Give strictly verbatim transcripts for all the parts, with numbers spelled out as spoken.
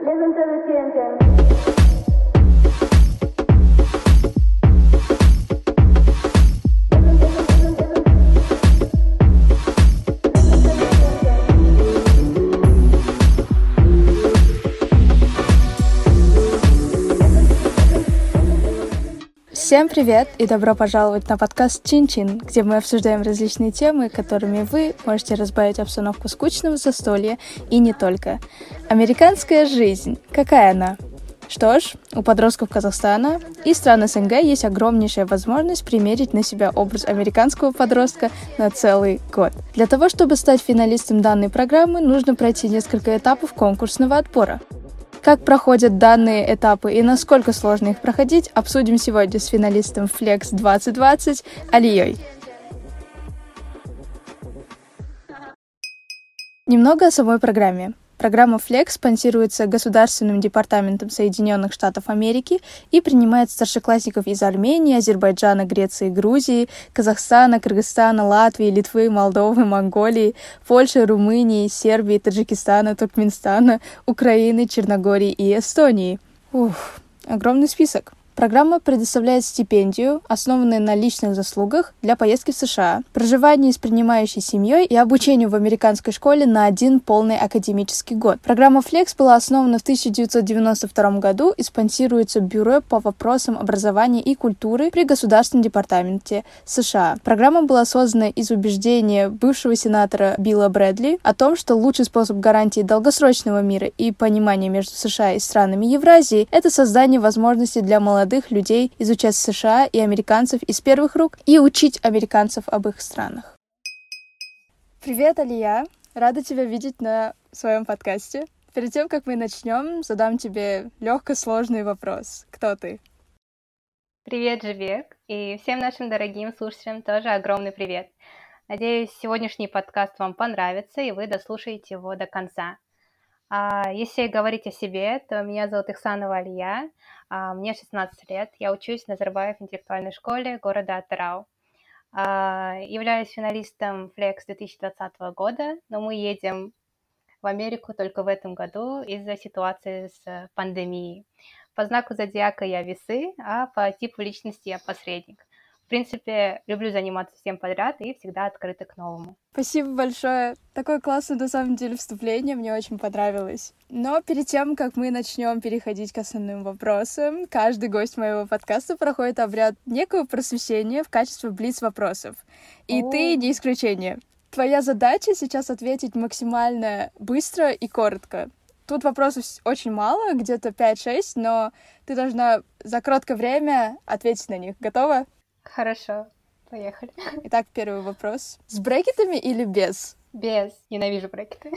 Listen to the chanting. Всем привет и добро пожаловать на подкаст Чин-Чин, где мы обсуждаем различные темы, которыми вы можете разбавить обстановку скучного застолья и не только. Американская жизнь. Какая она? Что ж, у подростков Казахстана и стран СНГ есть огромнейшая возможность примерить на себя образ американского подростка на целый год. Для того, чтобы стать финалистом данной программы, нужно пройти несколько этапов конкурсного отбора. Как проходят данные этапы и насколько сложно их проходить, обсудим сегодня с финалистом Flex двадцать двадцать Алией. Немного о самой программе. Программа Flex спонсируется Государственным департаментом Соединенных Штатов Америки и принимает старшеклассников из Армении, Азербайджана, Греции, Грузии, Казахстана, Кыргызстана, Латвии, Литвы, Молдовы, Монголии, Польши, Румынии, Сербии, Таджикистана, Туркменистана, Украины, Черногории и Эстонии. Ух, огромный список. Программа предоставляет стипендию, основанную на личных заслугах, для поездки в США, проживание с принимающей семьей и обучению в американской школе на один полный академический год. Программа Flex была основана в тысяча девятьсот девяносто втором году и спонсируется Бюро по вопросам образования и культуры при Государственном департаменте США. Программа была создана из убеждения бывшего сенатора Билла Брэдли о том, что лучший способ гарантии долгосрочного мира и понимания между США и странами Евразии — это создание возможностей для молодых молодых людей изучать США и американцев из первых рук и учить американцев об их странах. Привет, Алия! Рада тебя видеть на своем подкасте. Перед тем, как мы начнем, задам тебе легко сложный вопрос. Кто ты? Привет, Живек! И всем нашим дорогим слушателям тоже огромный привет. Надеюсь, сегодняшний подкаст вам понравится, и вы дослушаете его до конца. А если говорить о себе, то меня зовут Ихсанова Алия, а мне шестнадцать лет, я учусь в Назарбаев интеллектуальной школе города Атырау. А, являюсь финалистом Flex две тысячи двадцатого года, но мы едем в Америку только в этом году из-за ситуации с пандемией. По знаку зодиака я весы, а по типу личности я посредник. В принципе, люблю заниматься всем подряд и всегда открыта к новому. Спасибо большое. Такое классное, на самом деле, вступление. Мне очень понравилось. Но перед тем, как мы начнем переходить к основным вопросам, каждый гость моего подкаста проходит обряд некого просвещения в качестве блиц-вопросов. И О. ты не исключение. Твоя задача сейчас ответить максимально быстро и коротко. Тут вопросов очень мало, где-то пять-шесть, но ты должна за короткое время ответить на них. Готова? Хорошо, поехали. Итак, первый вопрос. С брекетами или без? Без. Ненавижу брекеты.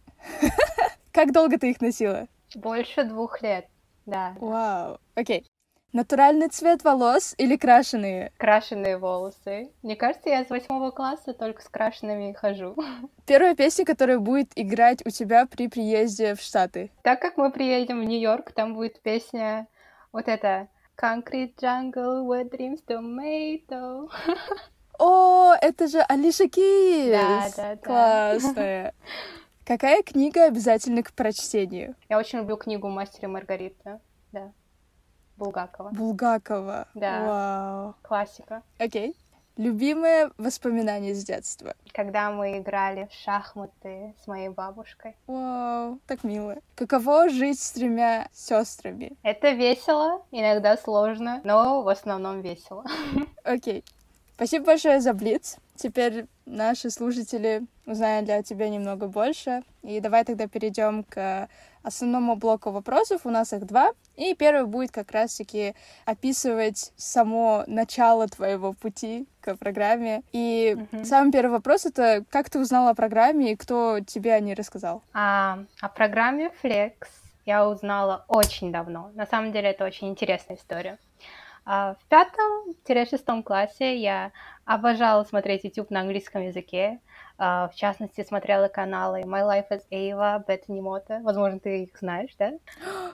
Как долго ты их носила? Больше двух лет, да. Вау. Окей. Натуральный цвет волос или крашеные? Крашеные волосы. Мне кажется, я с восьмого класса только с крашенными хожу. Первая песня, которая будет играть у тебя при приезде в Штаты? Так как мы приедем в Нью-Йорк, там будет песня вот эта... Concrete jungle where dreams tomato. О, это же Алиша Кис! Да, да, да. Классная. Какая книга обязательна к прочтению? Я очень люблю книгу «Мастер и Маргарита». Да. Булгакова. Булгакова. Да. Вау. Классика. Окей. Любимое воспоминание с детства? Когда мы играли в шахматы с моей бабушкой. Вау, так мило. Каково жить с тремя сестрами? Это весело, иногда сложно, но в основном весело. Окей. Спасибо большое за блиц. Теперь наши слушатели узнали о тебе немного больше. И давай тогда перейдем к основному блоку вопросов. У нас их два. И первый будет как раз-таки описывать само начало твоего пути к программе. И uh-huh. самый первый вопрос — это как ты узнала о программе и кто тебе о ней рассказал? А, о программе Flex я узнала очень давно. На самом деле это очень интересная история. В пятом-шестом классе я обожала смотреть YouTube на английском языке. В частности, смотрела каналы My Life as Ava, Bethany Motta. Возможно, ты их знаешь, да?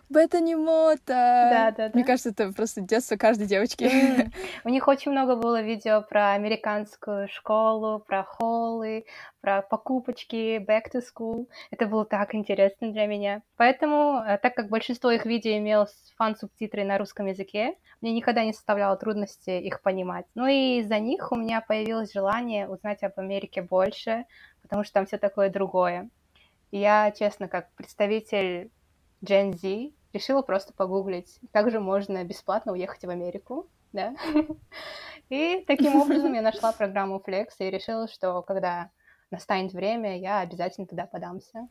Беттани Мота! Да, да, да. Мне кажется, это просто детство каждой девочки. Mm. У них очень много было видео про американскую школу, про холлы, про покупочки, back to school. Это было так интересно для меня. Поэтому, так как большинство их видео имело фан-субтитры на русском языке, мне никогда не составляло трудности их понимать. Ну и из-за них у меня появилось желание узнать об Америке больше, потому что там все такое другое. И я, честно, как представитель Gen Z, решила просто погуглить, как же можно бесплатно уехать в Америку, да? И таким образом я нашла программу Flex и решила, что когда настанет время, я обязательно туда подамся.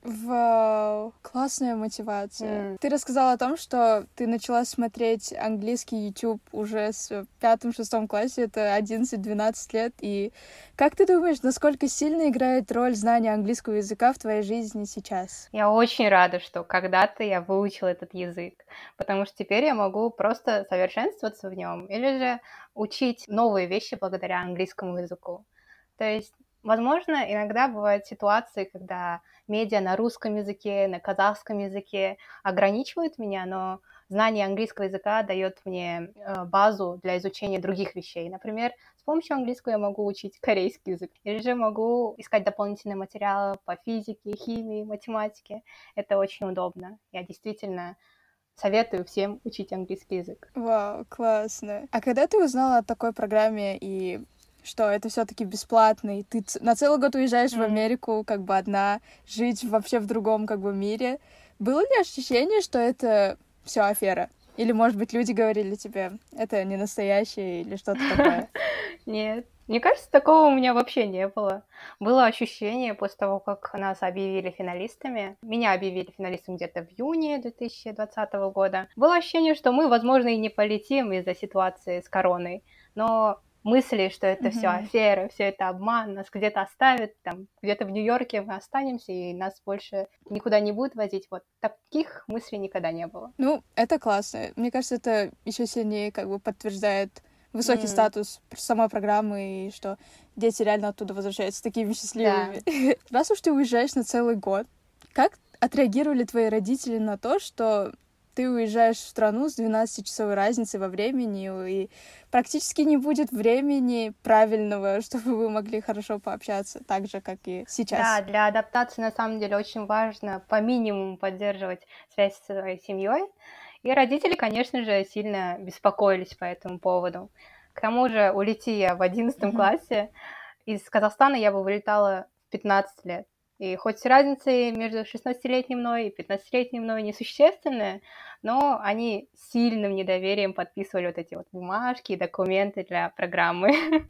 Вау, классная мотивация. Mm. Ты рассказала о том, что ты начала смотреть английский YouTube уже с пятом-шестом классе, это одиннадцать-двенадцать лет, и как ты думаешь, насколько сильно играет роль знания английского языка в твоей жизни сейчас? Я очень рада, что когда-то я выучила этот язык, потому что теперь я могу просто совершенствоваться в нем или же учить новые вещи благодаря английскому языку. То есть возможно, иногда бывают ситуации, когда медиа на русском языке, на казахском языке ограничивают меня, но знание английского языка дает мне базу для изучения других вещей. Например, с помощью английского я могу учить корейский язык, или же могу искать дополнительные материалы по физике, химии, математике. Это очень удобно. Я действительно советую всем учить английский язык. Вау, классно. А когда ты узнала о такой программе и что это все-таки бесплатно, и ты на целый год уезжаешь mm-hmm. в Америку, как бы одна, жить вообще в другом как бы мире. Было ли ощущение, что это все афера? Или, может быть, люди говорили тебе, это не настоящее или что-то такое? Нет. Мне кажется, такого у меня вообще не было. Было ощущение после того, как нас объявили финалистами. Меня объявили финалистом где-то в июне две тысячи двадцатого года. Было ощущение, что мы, возможно, и не полетим из-за ситуации с короной. Но мысли, что это mm-hmm. все афера, все это обман, нас где-то оставят, там, где-то в Нью-Йорке мы останемся, и нас больше никуда не будут возить. Вот таких мыслей никогда не было. Ну, это классно. Мне кажется, это еще сильнее как бы подтверждает высокий mm. статус самой программы, и что дети реально оттуда возвращаются такими счастливыми. Да. Раз уж ты уезжаешь на целый год, как отреагировали твои родители на то, что ты уезжаешь в страну с двенадцатичасовой разницей во времени, и практически не будет времени правильного, чтобы вы могли хорошо пообщаться, так же, как и сейчас. Да, для адаптации на самом деле очень важно по минимуму поддерживать связь со своей семьей. И родители, конечно же, сильно беспокоились по этому поводу. К тому же, улети я в одиннадцатом mm-hmm. классе, из Казахстана я бы вылетала в пятнадцать лет. И хоть разница между шестнадцатилетним мной и пятнадцатилетним мной несущественная, но они с сильным недоверием подписывали вот эти вот бумажки и документы для программы.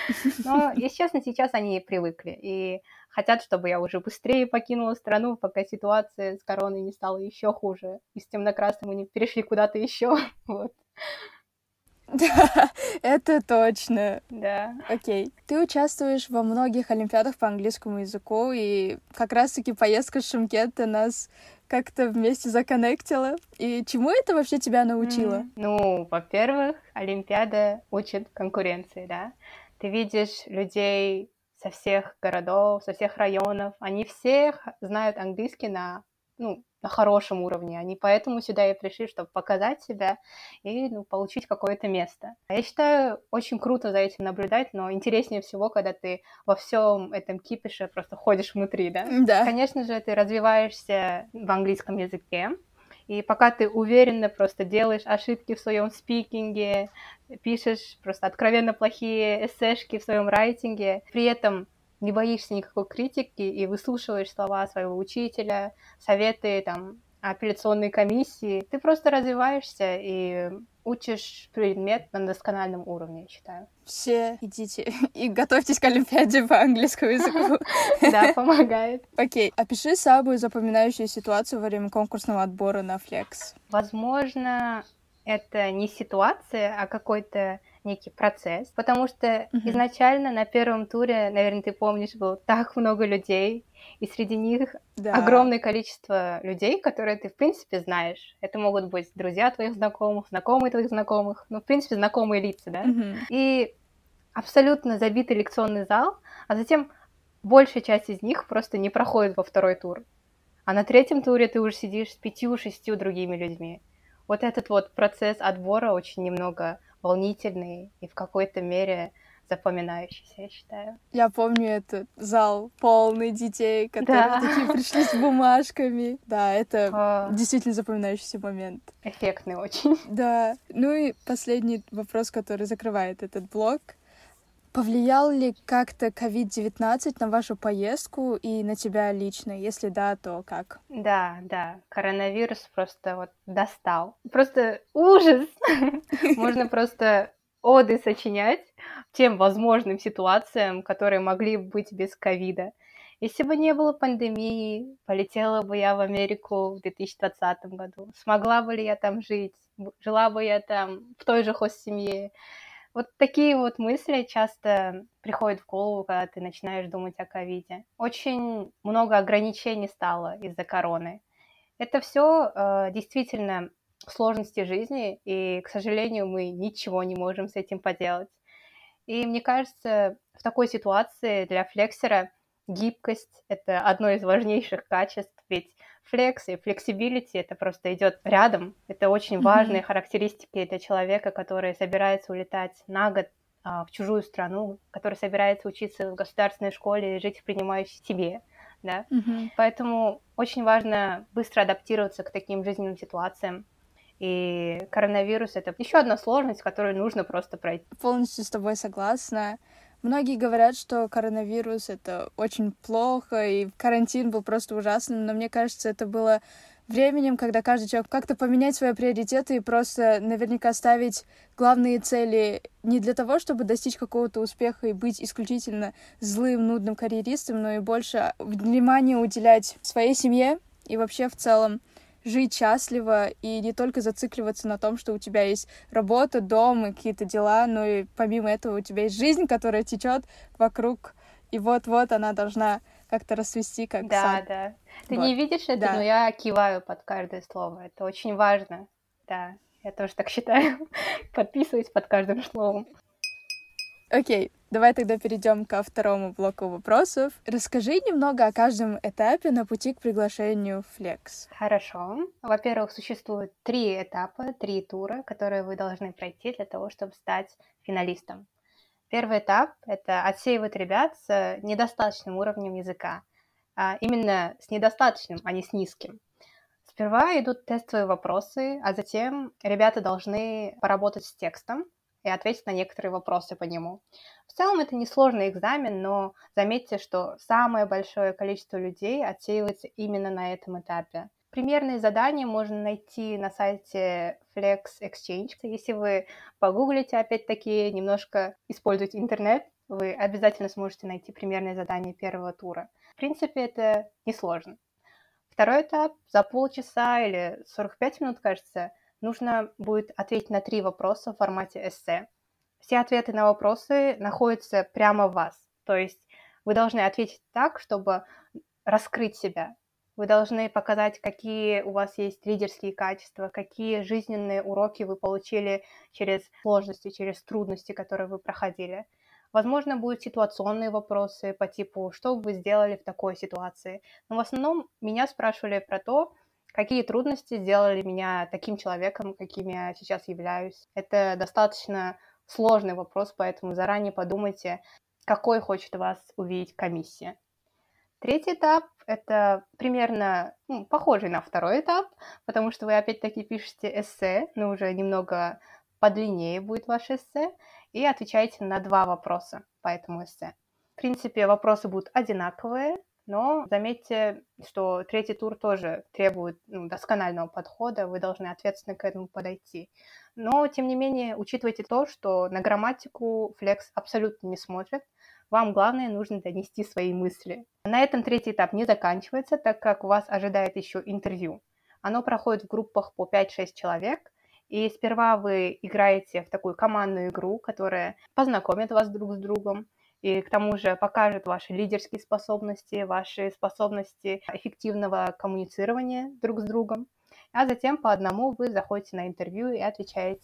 Но, если честно, сейчас они привыкли и хотят, чтобы я уже быстрее покинула страну, пока ситуация с короной не стала еще хуже. И с темно-красным мы не перешли куда-то еще. Вот. Да, это точно. Да. Окей. Ты участвуешь во многих олимпиадах по английскому языку, и как раз-таки поездка в Шымкент нас как-то вместе законнектила. И чему это вообще тебя научило? Mm. Ну, во-первых, олимпиада учит конкуренции, да. Ты видишь людей со всех городов, со всех районов. Они все знают английский на, ну, на хорошем уровне. Они поэтому сюда и пришли, чтобы показать себя и, ну, получить какое-то место. Я считаю, очень круто за этим наблюдать, но интереснее всего, когда ты во всем этом кипише просто ходишь внутри, да? Да. Конечно же, ты развиваешься в английском языке, и пока ты уверенно просто делаешь ошибки в своем спикинге, пишешь просто откровенно плохие эссешки в своем райтинге, при этом не боишься никакой критики и выслушиваешь слова своего учителя, советы там апелляционной комиссии, ты просто развиваешься и учишь предмет на доскональном уровне, я считаю. Все идите и готовьтесь к олимпиаде по английскому языку. Да, помогает. Окей, опиши самую запоминающую ситуацию во время конкурсного отбора на Flex. Возможно, это не ситуация, а какой-то некий процесс, потому что mm-hmm. изначально на первом туре, наверное, ты помнишь, было так много людей, и среди них да. огромное количество людей, которые ты, в принципе, знаешь. Это могут быть друзья твоих знакомых, знакомые твоих знакомых, ну, в принципе, знакомые лица, да? Mm-hmm. И абсолютно забитый лекционный зал, а затем большая часть из них просто не проходит во второй тур. а на третьем туре ты уже сидишь с пятью-шестью другими людьми. Вот этот вот процесс отбора очень немного волнительный и в какой-то мере запоминающийся, я считаю. Я помню этот зал полный детей, которые Да. такие пришли с бумажками. Да, это А, действительно запоминающийся момент. эффектный очень. Да. Ну и последний вопрос, который закрывает этот блок. Повлиял ли как-то ковид девятнадцать на вашу поездку и на тебя лично? Если да, то как? Да, да, коронавирус просто вот достал. Просто ужас! Можно просто оды сочинять тем возможным ситуациям, которые могли быть без ковида. Если бы не было пандемии, полетела бы я в Америку в две тысячи двадцатом году. Смогла бы ли я там жить? Б- Жила бы я там в той же хостсемье? Вот такие вот мысли часто приходят в голову, когда ты начинаешь думать о ковиде. Очень много ограничений стало из-за короны. Это все действительно сложности жизни, и, к сожалению, мы ничего не можем с этим поделать. И мне кажется, в такой ситуации для флексера гибкость — это одно из важнейших качеств, ведь флекс и флексибилити — это просто идет рядом. Это очень важные Мгм. характеристики для человека, который собирается улетать на год а, в чужую страну, который собирается учиться в государственной школе и жить в принимающей семье, да. Мгм. Поэтому очень важно быстро адаптироваться к таким жизненным ситуациям. И коронавирус — это еще одна сложность, которую нужно просто пройти. Полностью с тобой согласна. Многие говорят, что коронавирус — это очень плохо, и карантин был просто ужасным, но мне кажется, это было временем, когда каждый человек как-то поменять свои приоритеты и просто наверняка ставить главные цели не для того, чтобы достичь какого-то успеха и быть исключительно злым, нудным карьеристом, но и больше внимания уделять своей семье и вообще в целом жить счастливо и не только зацикливаться на том, что у тебя есть работа, дом и какие-то дела, но и помимо этого у тебя есть жизнь, которая течет вокруг, и вот-вот она должна как-то расцвести, как Да, сад. да. Ты Вот. не видишь это, но Да. я киваю под каждое слово. Это очень важно. Да, я тоже так считаю. Подписываюсь под каждым словом. Окей, давай тогда перейдем ко второму блоку вопросов. Расскажи немного о каждом этапе на пути к приглашению в Flex. Хорошо. Во-первых, существует три этапа, три тура, которые вы должны пройти для того, чтобы стать финалистом. Первый этап — это отсеивать ребят с недостаточным уровнем языка. А именно с недостаточным, а не с низким. Сперва идут тестовые вопросы, а затем ребята должны поработать с текстом и ответить на некоторые вопросы по нему. В целом это несложный экзамен, но заметьте, что самое большое количество людей отсеивается именно на этом этапе. Примерные задания можно найти на сайте Flex Exchange. Если вы погуглите, опять-таки, немножко используете интернет, вы обязательно сможете найти примерные задания первого тура. В принципе, это несложно. Второй этап за полчаса или сорок пять минут, кажется, нужно будет ответить на три вопроса в формате эссе. Все ответы на вопросы находятся прямо в вас. То есть вы должны ответить так, чтобы раскрыть себя. Вы должны показать, какие у вас есть лидерские качества, какие жизненные уроки вы получили через сложности, через трудности, которые вы проходили. Возможно, будут ситуационные вопросы по типу, что бы вы сделали в такой ситуации. Но в основном меня спрашивали про то, какие трудности сделали меня таким человеком, каким я сейчас являюсь. Это достаточно сложный вопрос, поэтому заранее подумайте, какой хочет вас увидеть комиссия. Третий этап — это примерно ну, похожий на второй этап, потому что вы опять-таки пишете эссе, но уже немного подлиннее будет ваше эссе, и отвечаете на два вопроса по этому эссе. В принципе, вопросы будут одинаковые, но заметьте, что третий тур тоже требует ну, досконального подхода, вы должны ответственно к этому подойти. Но, тем не менее, учитывайте то, что на грамматику Flex абсолютно не смотрит, вам главное нужно донести свои мысли. На этом третий этап не заканчивается, так как вас ожидает еще интервью. Оно проходит в группах по пять-шесть человек, и сперва вы играете в такую командную игру, которая познакомит вас друг с другом, и к тому же покажет ваши лидерские способности, ваши способности эффективного коммуницирования друг с другом. А затем по одному вы заходите на интервью и отвечаете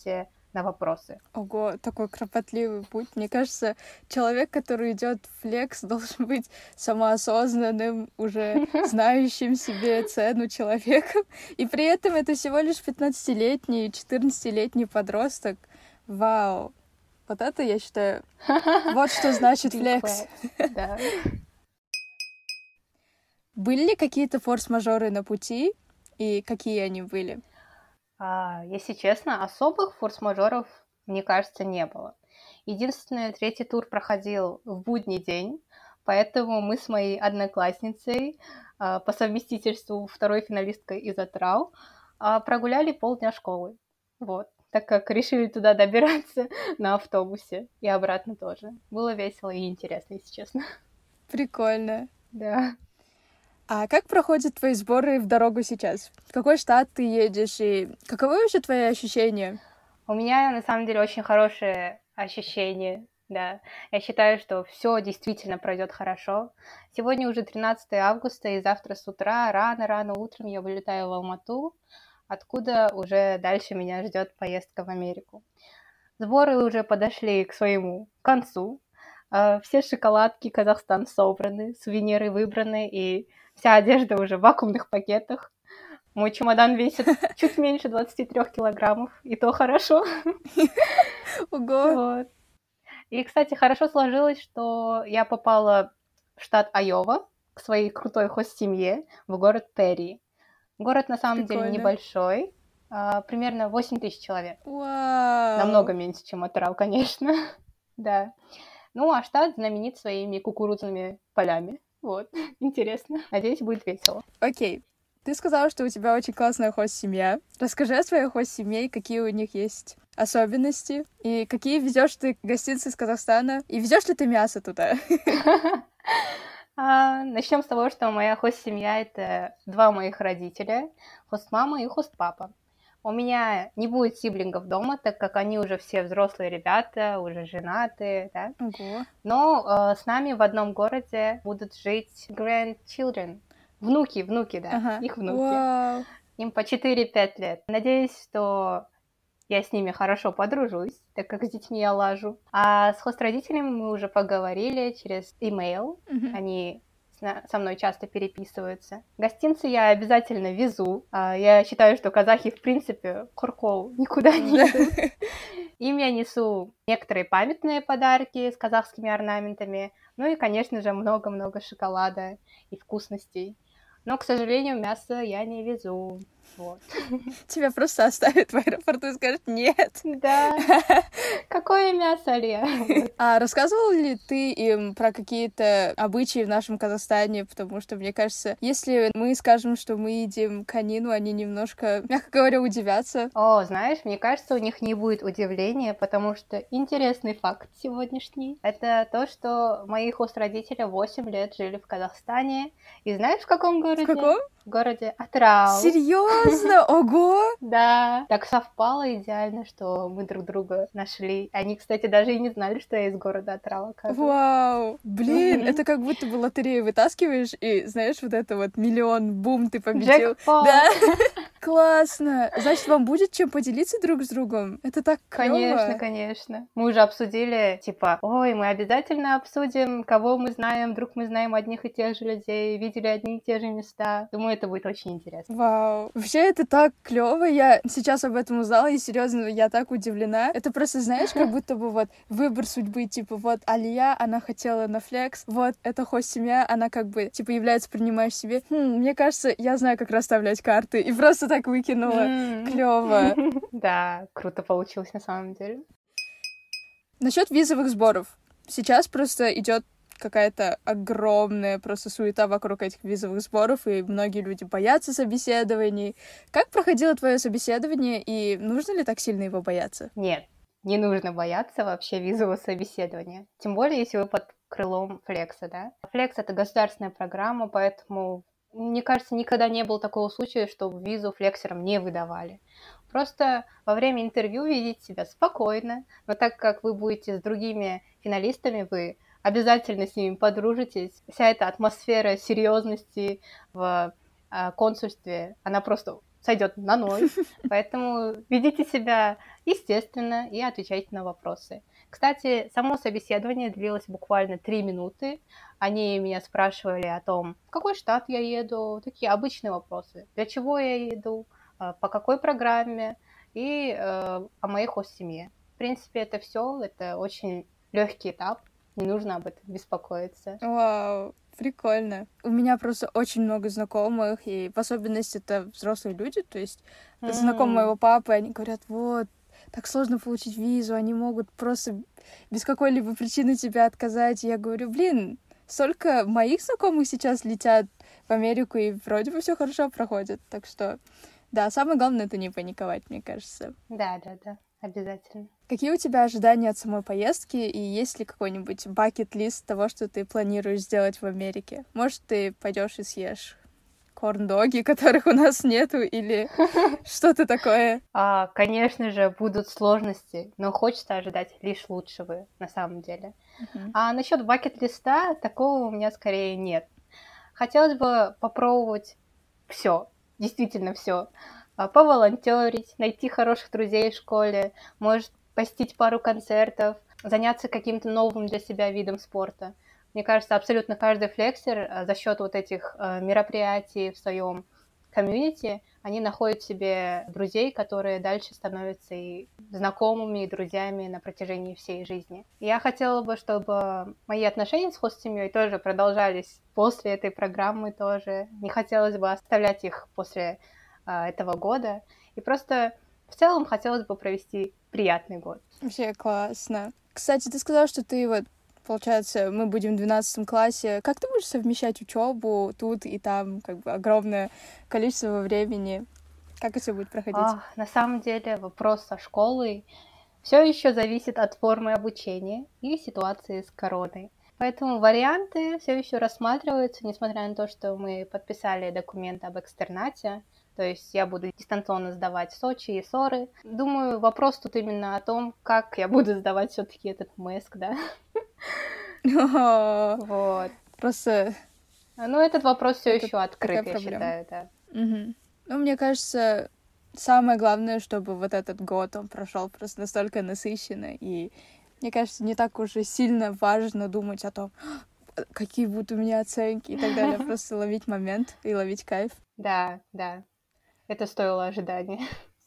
на вопросы. Ого, такой кропотливый путь. Мне кажется, человек, который идет в флекс, должен быть самоосознанным, уже знающим себе цену человеком. И при этом это всего лишь пятнадцатилетний, четырнадцатилетний подросток. Вау! Вот это, я считаю, вот что значит флекс. Да. Были ли какие-то форс-мажоры на пути, и какие они были? А, если честно, особых форс-мажоров, мне кажется, не было. Единственное, третий тур проходил в будний день, поэтому мы с моей одноклассницей, а, по совместительству второй финалисткой из Атрау, а, прогуляли полдня школы. Вот. Так как решили туда добираться на автобусе и обратно тоже. Было весело и интересно, если честно. Прикольно. Да. А как проходят твои сборы в дорогу сейчас? В какой штат ты едешь и каковы вообще твои ощущения? У меня, на самом деле, очень хорошие ощущения, да. Я считаю, что все действительно пройдет хорошо. Сегодня уже тринадцатое августа, и завтра с утра, рано-рано утром я вылетаю в Алмату, откуда уже дальше меня ждет поездка в Америку. Сборы уже подошли к своему концу. Все шоколадки Казахстан собраны, сувениры выбраны, и вся одежда уже в вакуумных пакетах. Мой чемодан весит чуть меньше двадцати трёх килограммов, и то хорошо. Ого! Вот. И, кстати, хорошо сложилось, что я попала в штат Айова к своей крутой хост-семье в город Перри. Город на самом Прикольно. деле небольшой, а, примерно восемь тысяч человек. Вау! Намного меньше, чем Атрау, конечно. Да. Ну, а штат знаменит своими кукурузными полями. Вот, интересно. Надеюсь, будет весело. Окей. Ты сказала, что у тебя очень классная хост-семья. Расскажи о своей хост-семье, какие у них есть особенности, и какие везешь ты гостинцы из Казахстана, и везешь ли ты мясо туда? А, начнем с того, что моя хост-семья — это два моих родителя, хост-мама и хост-папа. У меня не будет сиблингов дома, так как они уже все взрослые ребята, уже женатые, да. Ого. Но э, с нами в одном городе будут жить grandchildren, внуки, внуки, да, Ага. их внуки. Вау. Им по четыре-пять лет. Надеюсь, что я с ними хорошо подружусь, так как с детьми я лажу. А с хост-родителями мы уже поговорили через имейл. Мгм. Они со мной часто переписываются. Гостинцы я обязательно везу. Я считаю, что казахи, в принципе, куркол никуда не идут. Им я несу некоторые памятные подарки с казахскими орнаментами. Ну и, конечно же, много-много шоколада и вкусностей. Но, к сожалению, мясо я не везу. Вот. Тебя просто оставят в аэропорту и скажут «нет». Да. Какое мясо, Лия? А рассказывал ли ты им про какие-то обычаи в нашем Казахстане? Потому что, мне кажется, если мы скажем, что мы едим конину, они немножко, мягко говоря, удивятся. О, знаешь, мне кажется, у них не будет удивления, потому что интересный факт сегодняшний — это то, что мои хост-родители восемь лет жили в Казахстане. И знаешь, в каком городе? В каком? В городе Атрау. Серьезно? Ого! Да, так совпало идеально, что мы друг друга нашли. Они, кстати, даже и не знали, что я из города Атрау, оказывается. Вау! Блин, это как будто бы лотерею вытаскиваешь, и, знаешь, вот это вот миллион, бум, ты победил. Джекпот! Да? Классно! Значит, вам будет чем поделиться друг с другом? Это так клёво. Конечно, конечно. Мы уже обсудили, типа, ой, мы обязательно обсудим, кого мы знаем, вдруг мы знаем одних и тех же людей, видели одни и те же места. Думаю, это будет очень интересно. Вау. Вообще, это так клево. Я сейчас об этом узнала, и серьезно, я так удивлена. Это просто, знаешь, как будто бы вот выбор судьбы, типа, вот Алия, она хотела на флекс, вот эта хост-семья, она как бы, типа, является принимающей себе. Хм, мне кажется, я знаю, как расставлять карты, и просто так выкинула. Mm. Клево. Да, круто получилось на самом деле. Насчет визовых сборов. Сейчас просто идет какая-то огромная просто суета вокруг этих визовых сборов, и многие люди боятся собеседований. Как проходило твое собеседование, и нужно ли так сильно его бояться? Нет, не нужно бояться вообще визового собеседования. Тем более, если вы под крылом Флекса, да? Флекс — это государственная программа, поэтому, мне кажется, никогда не было такого случая, чтобы визу флексерам не выдавали. Просто во время интервью ведите себя спокойно, но так как вы будете с другими финалистами, вы обязательно с ними подружитесь. Вся эта атмосфера серьезности в э, консульстве, она просто сойдет на ноль. Поэтому ведите себя естественно и отвечайте на вопросы. Кстати, само собеседование длилось буквально три минуты. Они меня спрашивали о том, в какой штат я еду, такие обычные вопросы. Для чего я еду, по какой программе и э, о моей хост-семье. В принципе, это все. Это очень легкий этап. Не нужно об этом беспокоиться. Вау, прикольно. У меня просто очень много знакомых, и в особенности это взрослые люди, то есть mm. знакомые моего папы, они говорят, вот, так сложно получить визу, они могут просто без какой-либо причины тебе отказать. И я говорю, блин, столько моих знакомых сейчас летят в Америку, и вроде бы все хорошо проходит. Так что, да, самое главное — это не паниковать, мне кажется. Да, да, да, обязательно. Какие у тебя ожидания от самой поездки, и есть ли какой-нибудь бакет-лист того, что ты планируешь сделать в Америке? Может, ты пойдешь и съешь корн-доги, которых у нас нету, или что-то такое? А, конечно же, будут сложности, но хочется ожидать лишь лучшего, на самом деле. Uh-huh. А насчет бакет-листа, такого у меня скорее нет. Хотелось бы попробовать все, действительно все. Поволонтерить, найти хороших друзей в школе, может, посетить пару концертов, заняться каким-то новым для себя видом спорта. Мне кажется, абсолютно каждый флексер за счет вот этих мероприятий в своем комьюнити, они находят себе друзей, которые дальше становятся и знакомыми, и друзьями на протяжении всей жизни. Я хотела бы, чтобы мои отношения с хост-семьей тоже продолжались после этой программы тоже. Не хотелось бы оставлять их после а, этого года. И просто в целом хотелось бы провести приятный год. Вообще классно. Кстати, ты сказала, что ты вот, получается, мы будем в двенадцатом классе. Как ты будешь совмещать учебу тут и там, как бы огромное количество времени? Как это будет проходить? А, на самом деле вопрос со школой все еще зависит от формы обучения и ситуации с короной. Поэтому варианты все еще рассматриваются, несмотря на то, что мы подписали документ об экстернате. То есть я буду дистанционно сдавать Сочи и Соры. Думаю, вопрос тут именно о том, как я буду сдавать все-таки этот МЭСК, да? Вот. Просто... Ну, этот вопрос все еще открыт, я считаю, да. Ну, мне кажется, самое главное, чтобы вот этот год, он прошел просто настолько насыщенно, и мне кажется, не так уж и сильно важно думать о том, какие будут у меня оценки и так далее, просто ловить момент и ловить кайф. Да, да. Это стоило ожидания.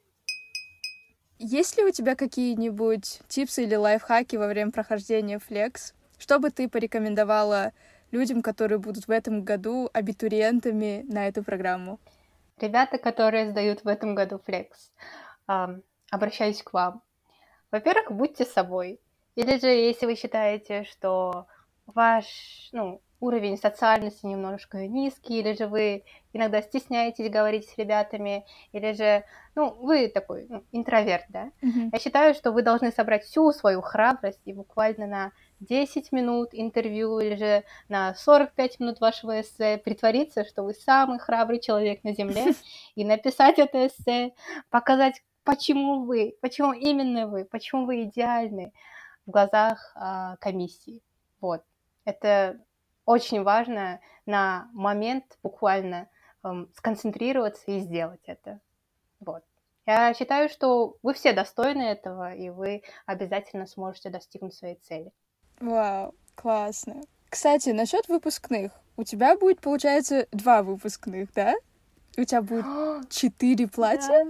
Есть ли у тебя какие-нибудь типсы или лайфхаки во время прохождения Flex? Что бы ты порекомендовала людям, которые будут в этом году абитуриентами на эту программу? Ребята, которые сдают в этом году Flex, э, обращаюсь к вам. Во-первых, будьте собой. Или же, если вы считаете, что ваш, ну, уровень социальности немножко низкий, или же вы иногда стесняетесь говорить с ребятами, или же, ну, вы такой ну, интроверт, да? Mm-hmm. Я считаю, что вы должны собрать всю свою храбрость и буквально на десять минут интервью или же на сорок пять минут вашего эссе притвориться, что вы самый храбрый человек на Земле, и написать это эссе, показать, почему вы, почему именно вы, почему вы идеальны в глазах а, комиссии. Вот. Это очень важно на момент буквально эм, сконцентрироваться и сделать это. Вот. Я считаю, что вы все достойны этого, и вы обязательно сможете достигнуть своей цели. Вау, классно. Кстати, насчет выпускных. У тебя будет, получается, два выпускных, да? У тебя будет четыре платья?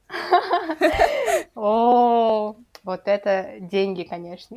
О, вот это деньги, конечно.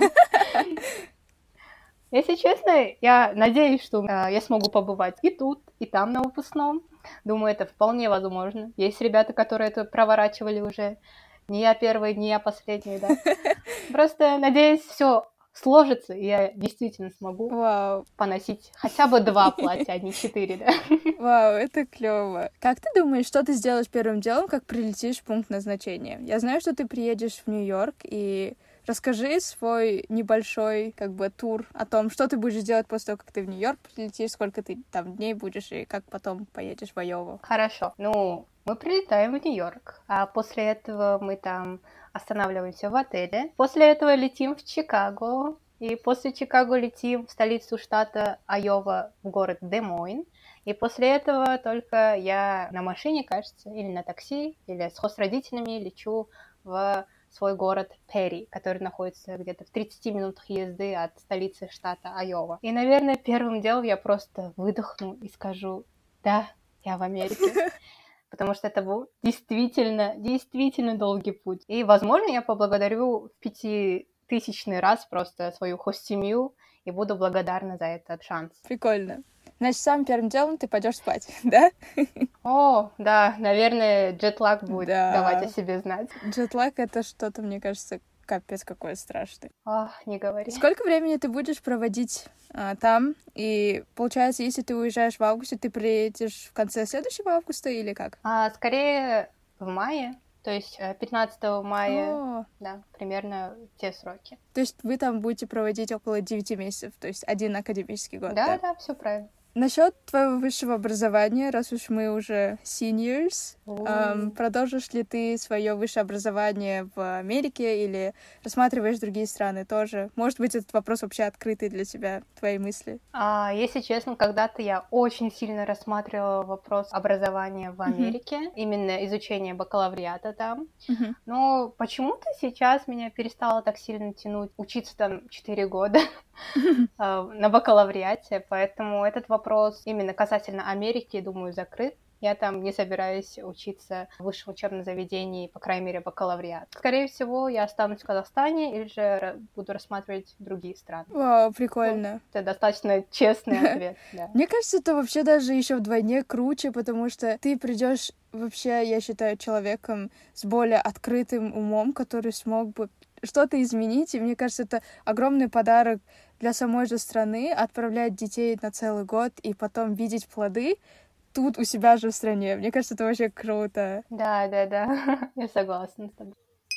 Если честно, я надеюсь, что э, я смогу побывать и тут, и там на выпускном. Думаю, это вполне возможно. Есть ребята, которые это проворачивали уже. Не я первый, не я последний, да. Просто надеюсь, все сложится, и я действительно смогу Вау. поносить хотя бы два платья, а не четыре, да. Вау, это клево. Как ты думаешь, что ты сделаешь первым делом, как прилетишь в пункт назначения? Я знаю, что ты приедешь в Нью-Йорк, и расскажи свой небольшой, как бы, тур о том, что ты будешь делать после того, как ты в Нью-Йорк прилетишь, сколько ты там дней будешь, и как потом поедешь в Айову. Хорошо. Ну, мы прилетаем в Нью-Йорк, а после этого мы там останавливаемся в отеле. После этого летим в Чикаго, и после Чикаго летим в столицу штата Айова, в город Де-Мойн. И после этого только я на машине, кажется, или на такси, или с хост-родителями лечу в свой город Перри, который находится где-то в тридцати минутах езды от столицы штата Айова. И, наверное, первым делом я просто выдохну и скажу: да, я в Америке. Потому что это был действительно, действительно долгий путь. И, возможно, я поблагодарю в пятитысячный раз просто свою хост-семью и буду благодарна за этот шанс. Прикольно. Значит, самым первым делом ты пойдешь спать, да? О, да, наверное, джетлаг будет Да. давать о себе знать. Джетлаг — это что-то, мне кажется, капец какой страшный. Ох, не говори. Сколько времени ты будешь проводить а, там? И получается, если ты уезжаешь в августе, ты приедешь в конце следующего августа или как? А, скорее в мае, то есть пятнадцатого мая, О, да, примерно те сроки. то есть вы там будете проводить около девяти месяцев, то есть один академический год, Да, да? да, все правильно. Насчет твоего высшего образования, раз уж мы уже seniors, эм, продолжишь ли ты свое высшее образование в Америке или рассматриваешь другие страны тоже? Может быть, этот вопрос вообще открытый для тебя, твои мысли? А, если честно, когда-то я очень сильно рассматривала вопрос образования в Америке, именно изучение бакалавриата там. Мгм. Но почему-то сейчас меня перестало так сильно тянуть учиться там четыре года а, на бакалавриате, поэтому этот вопрос именно касательно Америки, думаю, закрыт. Я там не собираюсь учиться в высшем учебном заведении, по крайней мере, бакалавриат. Скорее всего, я останусь в Казахстане или же ра- буду рассматривать другие страны. Вау, прикольно. Это достаточно честный ответ, да. Мне кажется, это вообще даже еще вдвойне круче, потому что ты придешь вообще, я считаю, человеком с более открытым умом, который смог бы что-то изменить, и мне кажется, это огромный подарок для самой же страны отправлять детей на целый год и потом видеть плоды тут у себя же в стране. Мне кажется, это вообще круто. Да, да, да, я согласна с тобой.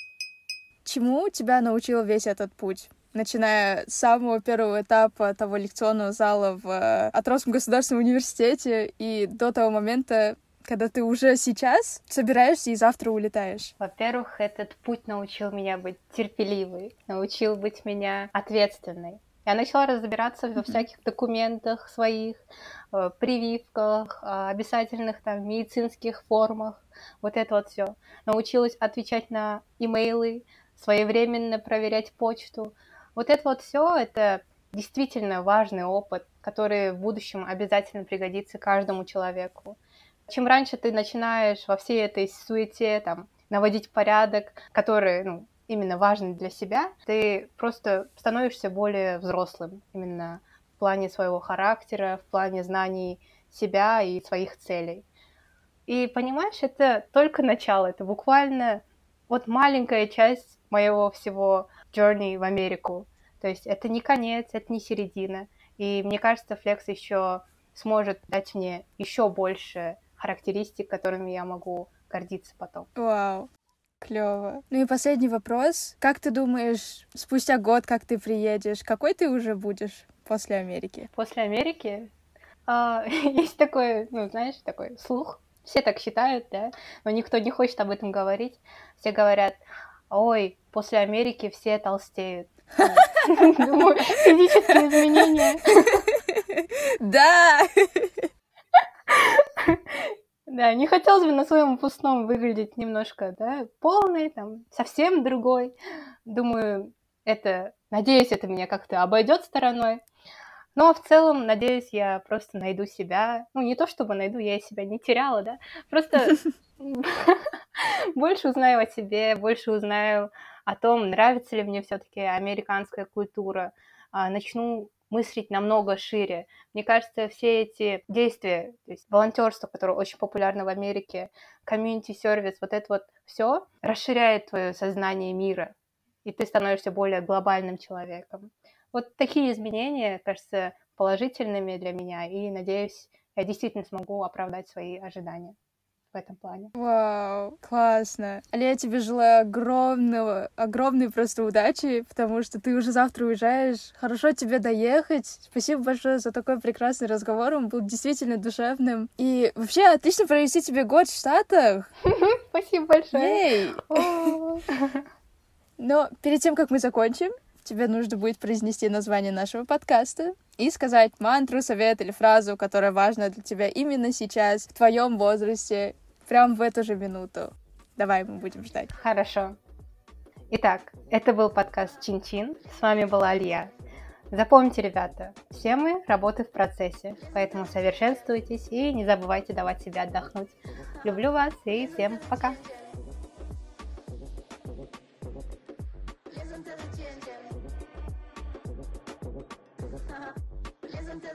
Чему тебя научил весь этот путь? Начиная с самого первого этапа того лекционного зала в э, Отросском государственном университете и до того момента, когда ты уже сейчас собираешься и завтра улетаешь. Во-первых, этот путь научил меня быть терпеливой, научил быть меня ответственной. Я начала разбираться во всяких документах своих, э, прививках, э, обязательных там медицинских формах, вот это вот все. Научилась отвечать на имейлы, своевременно проверять почту. Вот это вот все, это действительно важный опыт, который в будущем обязательно пригодится каждому человеку. Чем раньше ты начинаешь во всей этой суете там, наводить порядок, который ну, именно важен для себя, ты просто становишься более взрослым именно в плане своего характера, в плане знаний себя и своих целей. И понимаешь, это только начало, это буквально вот маленькая часть моего всего journey в Америку. То есть это не конец, это не середина. И мне кажется, Flex еще сможет дать мне еще больше характеристик, которыми я могу гордиться потом. Вау, клево. Ну и последний вопрос. Как ты думаешь, спустя год, как ты приедешь, какой ты уже будешь после Америки? После Америки а, есть такой, ну, знаешь, такой слух. Все так считают, да, но никто не хочет об этом говорить. Все говорят: ой, после Америки все толстеют. Думаю, физические изменения. Да! Да, не хотелось бы на своем выпускном выглядеть немножко, да, полный, там, совсем другой. Думаю, это, надеюсь, это меня как-то обойдет стороной. Но в целом, надеюсь, я просто найду себя. Ну, не то чтобы найду, я себя не теряла, да. Просто больше узнаю о себе, больше узнаю о том, нравится ли мне все-таки американская культура. Начну мыслить намного шире. Мне кажется, все эти действия, то есть волонтерство, которое очень популярно в Америке, комьюнити-сервис, вот это вот все расширяет твое сознание мира, и ты становишься более глобальным человеком. Вот такие изменения, кажется, положительными для меня, и, надеюсь, я действительно смогу оправдать свои ожидания в этом плане. Вау, классно. Али, я тебе желаю огромного, огромной просто удачи, потому что ты уже завтра уезжаешь. Хорошо тебе доехать. Спасибо большое за такой прекрасный разговор. Он был действительно душевным. И вообще отлично провести тебе год в Штатах. Спасибо большое. Ей! Но перед тем, как мы закончим, тебе нужно будет произнести название нашего подкаста и сказать мантру, совет или фразу, которая важна для тебя именно сейчас, в твоем возрасте, прям в эту же минуту. Давай, мы будем ждать. Хорошо. Итак, это был подкаст Чин-Чин. С вами была Алия. Запомните, ребята, все мы работы в процессе, поэтому совершенствуйтесь и не забывайте давать себе отдохнуть. Люблю вас и всем пока!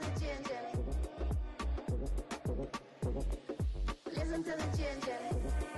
Listen to the Jen Jen.